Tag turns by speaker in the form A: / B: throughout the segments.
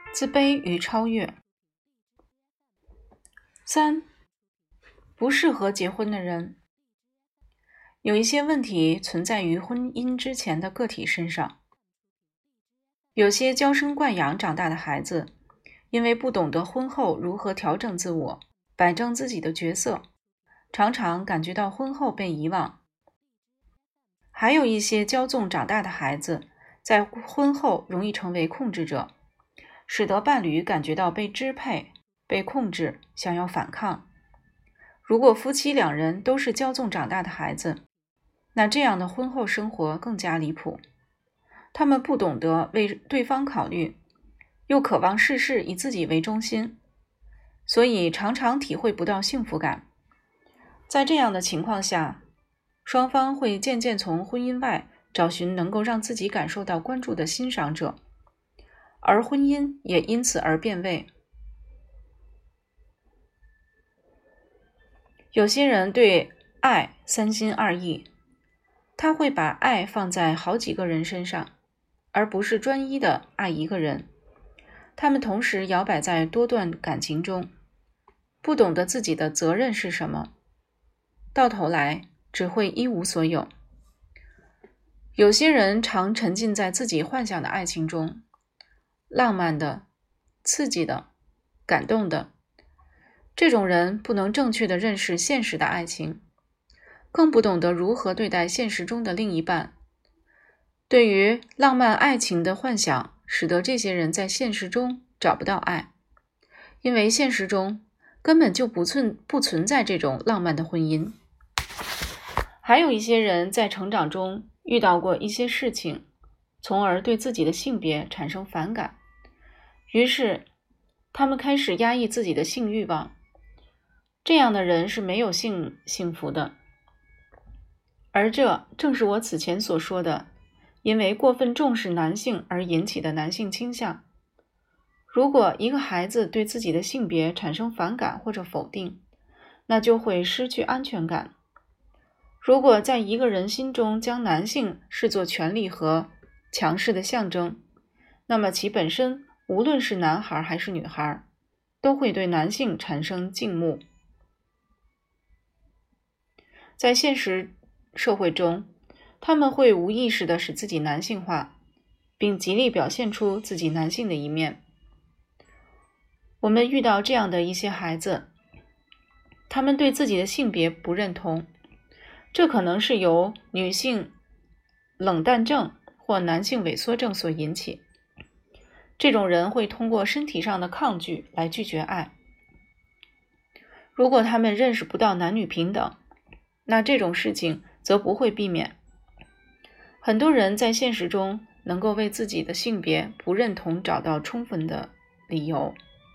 A: 自卑与超越。3. 不适合结婚的人。有一些问题存在于婚姻之前的个体身上。有些娇生惯养长大的孩子，因为不懂得婚后如何调整自我，摆正自己的角色，常常感觉到婚后被遗忘。还有一些骄纵长大的孩子，在婚后容易成为控制者，使得伴侣感觉到被支配、被控制，想要反抗。如果夫妻两人都是骄纵长大的孩子，那这样的婚后生活更加离谱。他们不懂得为对方考虑，又渴望事事以自己为中心，所以常常体会不到幸福感。在这样的情况下，双方会渐渐从婚姻外找寻能够让自己感受到关注的欣赏者，而婚姻也因此而变味。有些人对爱三心二意，他会把爱放在好几个人身上，而不是专一的爱一个人。他们同时摇摆在多段感情中，不懂得自己的责任是什么，到头来只会一无所有。有些人常沉浸在自己幻想的爱情中，浪漫的、刺激的、感动的。这种人不能正确地认识现实的爱情，更不懂得如何对待现实中的另一半。对于浪漫爱情的幻想，使得这些人在现实中找不到爱，因为现实中根本就不存在这种浪漫的婚姻。还有一些人在成长中遇到过一些事情，从而对自己的性别产生反感，于是他们开始压抑自己的性欲望。这样的人是没有幸福的。而这正是我此前所说的，因为过分重视男性而引起的男性倾向。如果一个孩子对自己的性别产生反感或者否定，那就会失去安全感。如果在一个人心中将男性视作权力和强势的象征，那么其本身无论是男孩还是女孩，都会对男性产生敬慕。在现实社会中，他们会无意识地使自己男性化，并极力表现出自己男性的一面。我们遇到这样的一些孩子，他们对自己的性别不认同，这可能是由女性冷淡症或男性萎缩症所引起。这种人会通过身体上的抗拒来拒绝爱。如果他们认识不到男女平等，那这种事情则不会避免。很多人在现实中能够为自己的性别不认同找到充分的理由，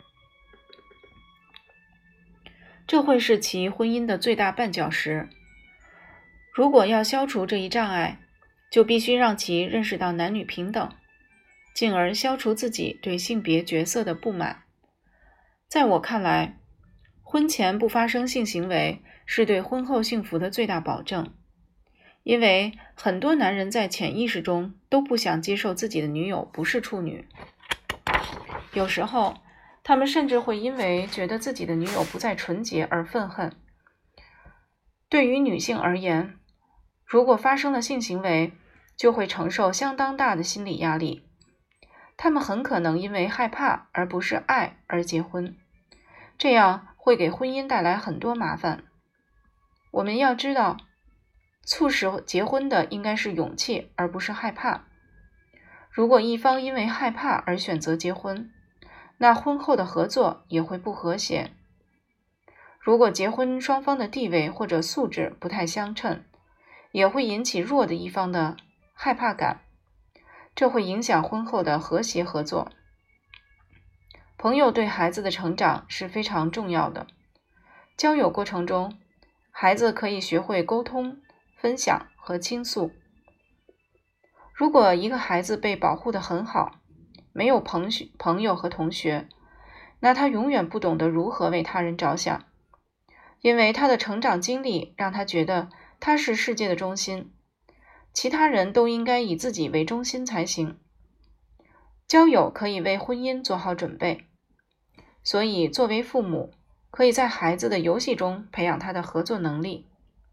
A: 这会是其婚姻的最大绊脚石。如果要消除这一障碍，就必须让其认识到男女平等，进而消除自己对性别角色的不满。在我看来，婚前不发生性行为是对婚后幸福的最大保证，因为很多男人在潜意识中都不想接受自己的女友不是处女。有时候，他们甚至会因为觉得自己的女友不再纯洁而愤恨。对于女性而言，如果发生了性行为，就会承受相当大的心理压力。她们很可能因为害怕而不是爱而结婚，这样会给婚姻带来很多麻烦。我们要知道，促使结婚的应该是勇气，而不是害怕。如果一方因为害怕而选择结婚，那婚后的合作也会不和谐。如果结婚双方的地位或者素质不太相称，也会引起弱的一方的害怕感，这会影响婚后的和谐合作。朋友对孩子的成长是非常重要的。交友过程中，孩子可以学会沟通、分享和倾诉。如果一个孩子被保护得很好，没有朋友和同学，那他永远不懂得如何为他人着想，因为他的成长经历让他觉得他是世界的中心，其他人都应该以自己为中心才行。 交友可以为婚姻做好准备，所以作为父母，可以在孩子的游戏中培养他的合作能力。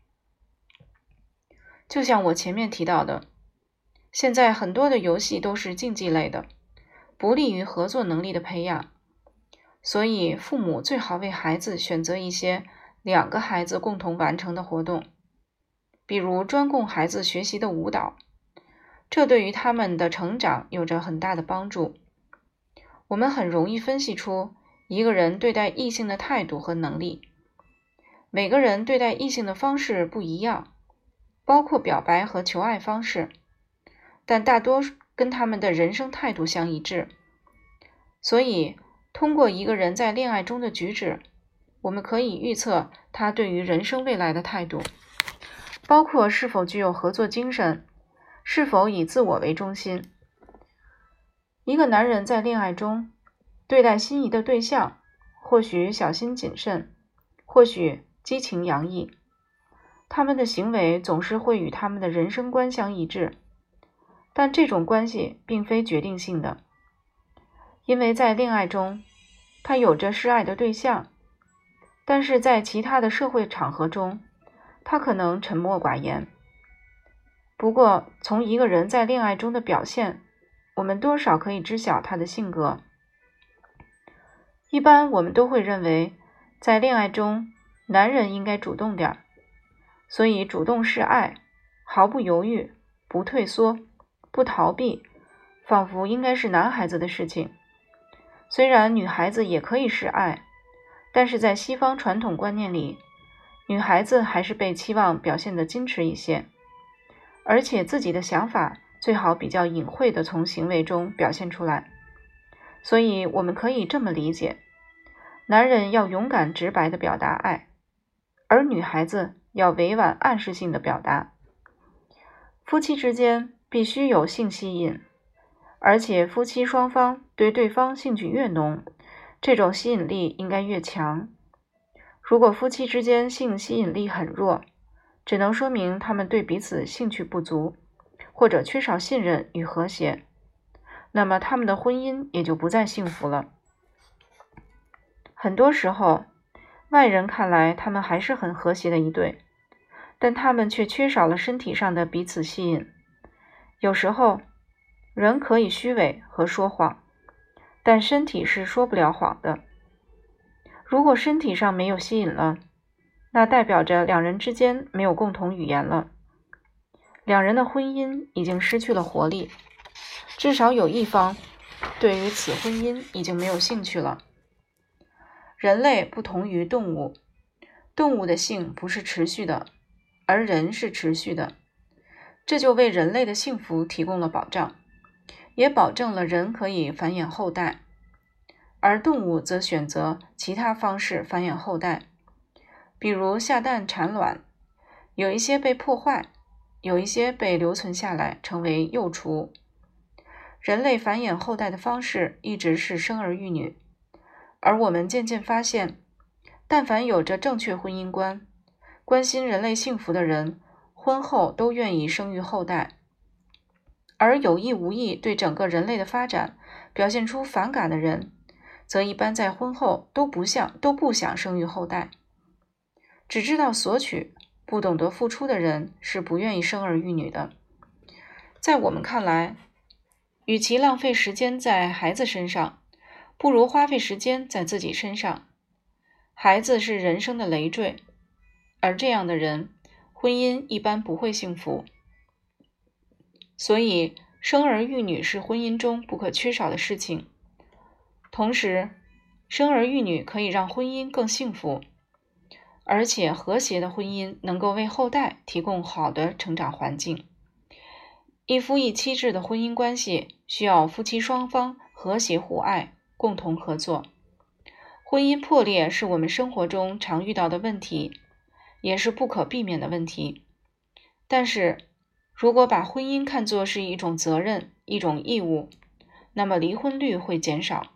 A: 就像我前面提到的，现在很多的游戏都是竞技类的，不利于合作能力的培养，所以父母最好为孩子选择一些2个孩子共同完成的活动，比如专供孩子学习的舞蹈，这对于他们的成长有着很大的帮助。我们很容易分析出一个人对待异性的态度和能力。每个人对待异性的方式不一样，包括表白和求爱方式，但大多跟他们的人生态度相一致。所以，通过一个人在恋爱中的举止，我们可以预测他对于人生未来的态度，包括是否具有合作精神，是否以自我为中心。一个男人在恋爱中对待心仪的对象，或许小心谨慎，或许激情洋溢，他们的行为总是会与他们的人生观相一致，但这种关系并非决定性的，因为在恋爱中，他有着示爱的对象，但是在其他的社会场合中，他可能沉默寡言。不过，从一个人在恋爱中的表现，我们多少可以知晓他的性格。一般我们都会认为，在恋爱中，男人应该主动点，所以主动示爱，毫不犹豫，不退缩，不逃避，仿佛应该是男孩子的事情。虽然女孩子也可以示爱，但是在西方传统观念里，女孩子还是被期望表现得矜持一些，而且自己的想法最好比较隐晦地从行为中表现出来。所以我们可以这么理解，男人要勇敢直白地表达爱，而女孩子要委婉暗示性的表达。夫妻之间必须有性吸引，而且夫妻双方对对方兴趣越浓，这种吸引力应该越强。如果夫妻之间性吸引力很弱，只能说明他们对彼此兴趣不足，或者缺少信任与和谐，那么他们的婚姻也就不再幸福了。很多时候，外人看来他们还是很和谐的一对，但他们却缺少了身体上的彼此吸引。有时候，人可以虚伪和说谎，但身体是说不了谎的。如果身体上没有吸引了，那代表着两人之间没有共同语言了，两人的婚姻已经失去了活力，至少有一方对于此婚姻已经没有兴趣了。人类不同于动物，动物的性不是持续的，而人是持续的，这就为人类的幸福提供了保障，也保证了人可以繁衍后代，而动物则选择其他方式繁衍后代，比如下蛋产卵，有一些被破坏，有一些被留存下来成为幼雏。人类繁衍后代的方式一直是生儿育女，而我们渐渐发现，但凡有着正确婚姻观，关心人类幸福的人，婚后都愿意生育后代，而有意无意对整个人类的发展表现出反感的人，则一般在婚后都不想生育后代。只知道索取，不懂得付出的人是不愿意生儿育女的。在我们看来，与其浪费时间在孩子身上，不如花费时间在自己身上。孩子是人生的累赘，而这样的人，婚姻一般不会幸福。所以，生儿育女是婚姻中不可缺少的事情。同时，生儿育女可以让婚姻更幸福，而且和谐的婚姻能够为后代提供好的成长环境。一夫一妻制的婚姻关系需要夫妻双方和谐互爱，共同合作。婚姻破裂是我们生活中常遇到的问题，也是不可避免的问题。但是，如果把婚姻看作是一种责任、一种义务，那么离婚率会减少。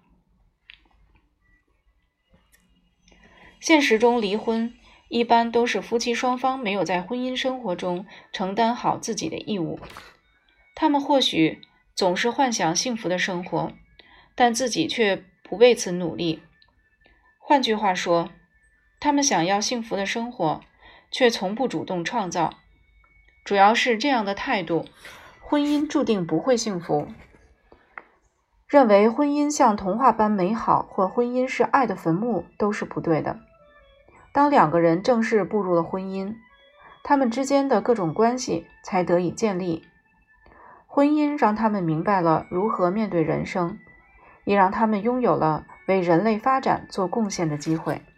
A: 现实中离婚一般都是夫妻双方没有在婚姻生活中承担好自己的义务。他们或许总是幻想幸福的生活，但自己却不为此努力。换句话说，他们想要幸福的生活，却从不主动创造。主要是这样的态度，婚姻注定不会幸福。认为婚姻像童话般美好，或婚姻是爱的坟墓，都是不对的。当两个人正式步入了婚姻，他们之间的各种关系才得以建立。婚姻让他们明白了如何面对人生，也让他们拥有了为人类发展做贡献的机会。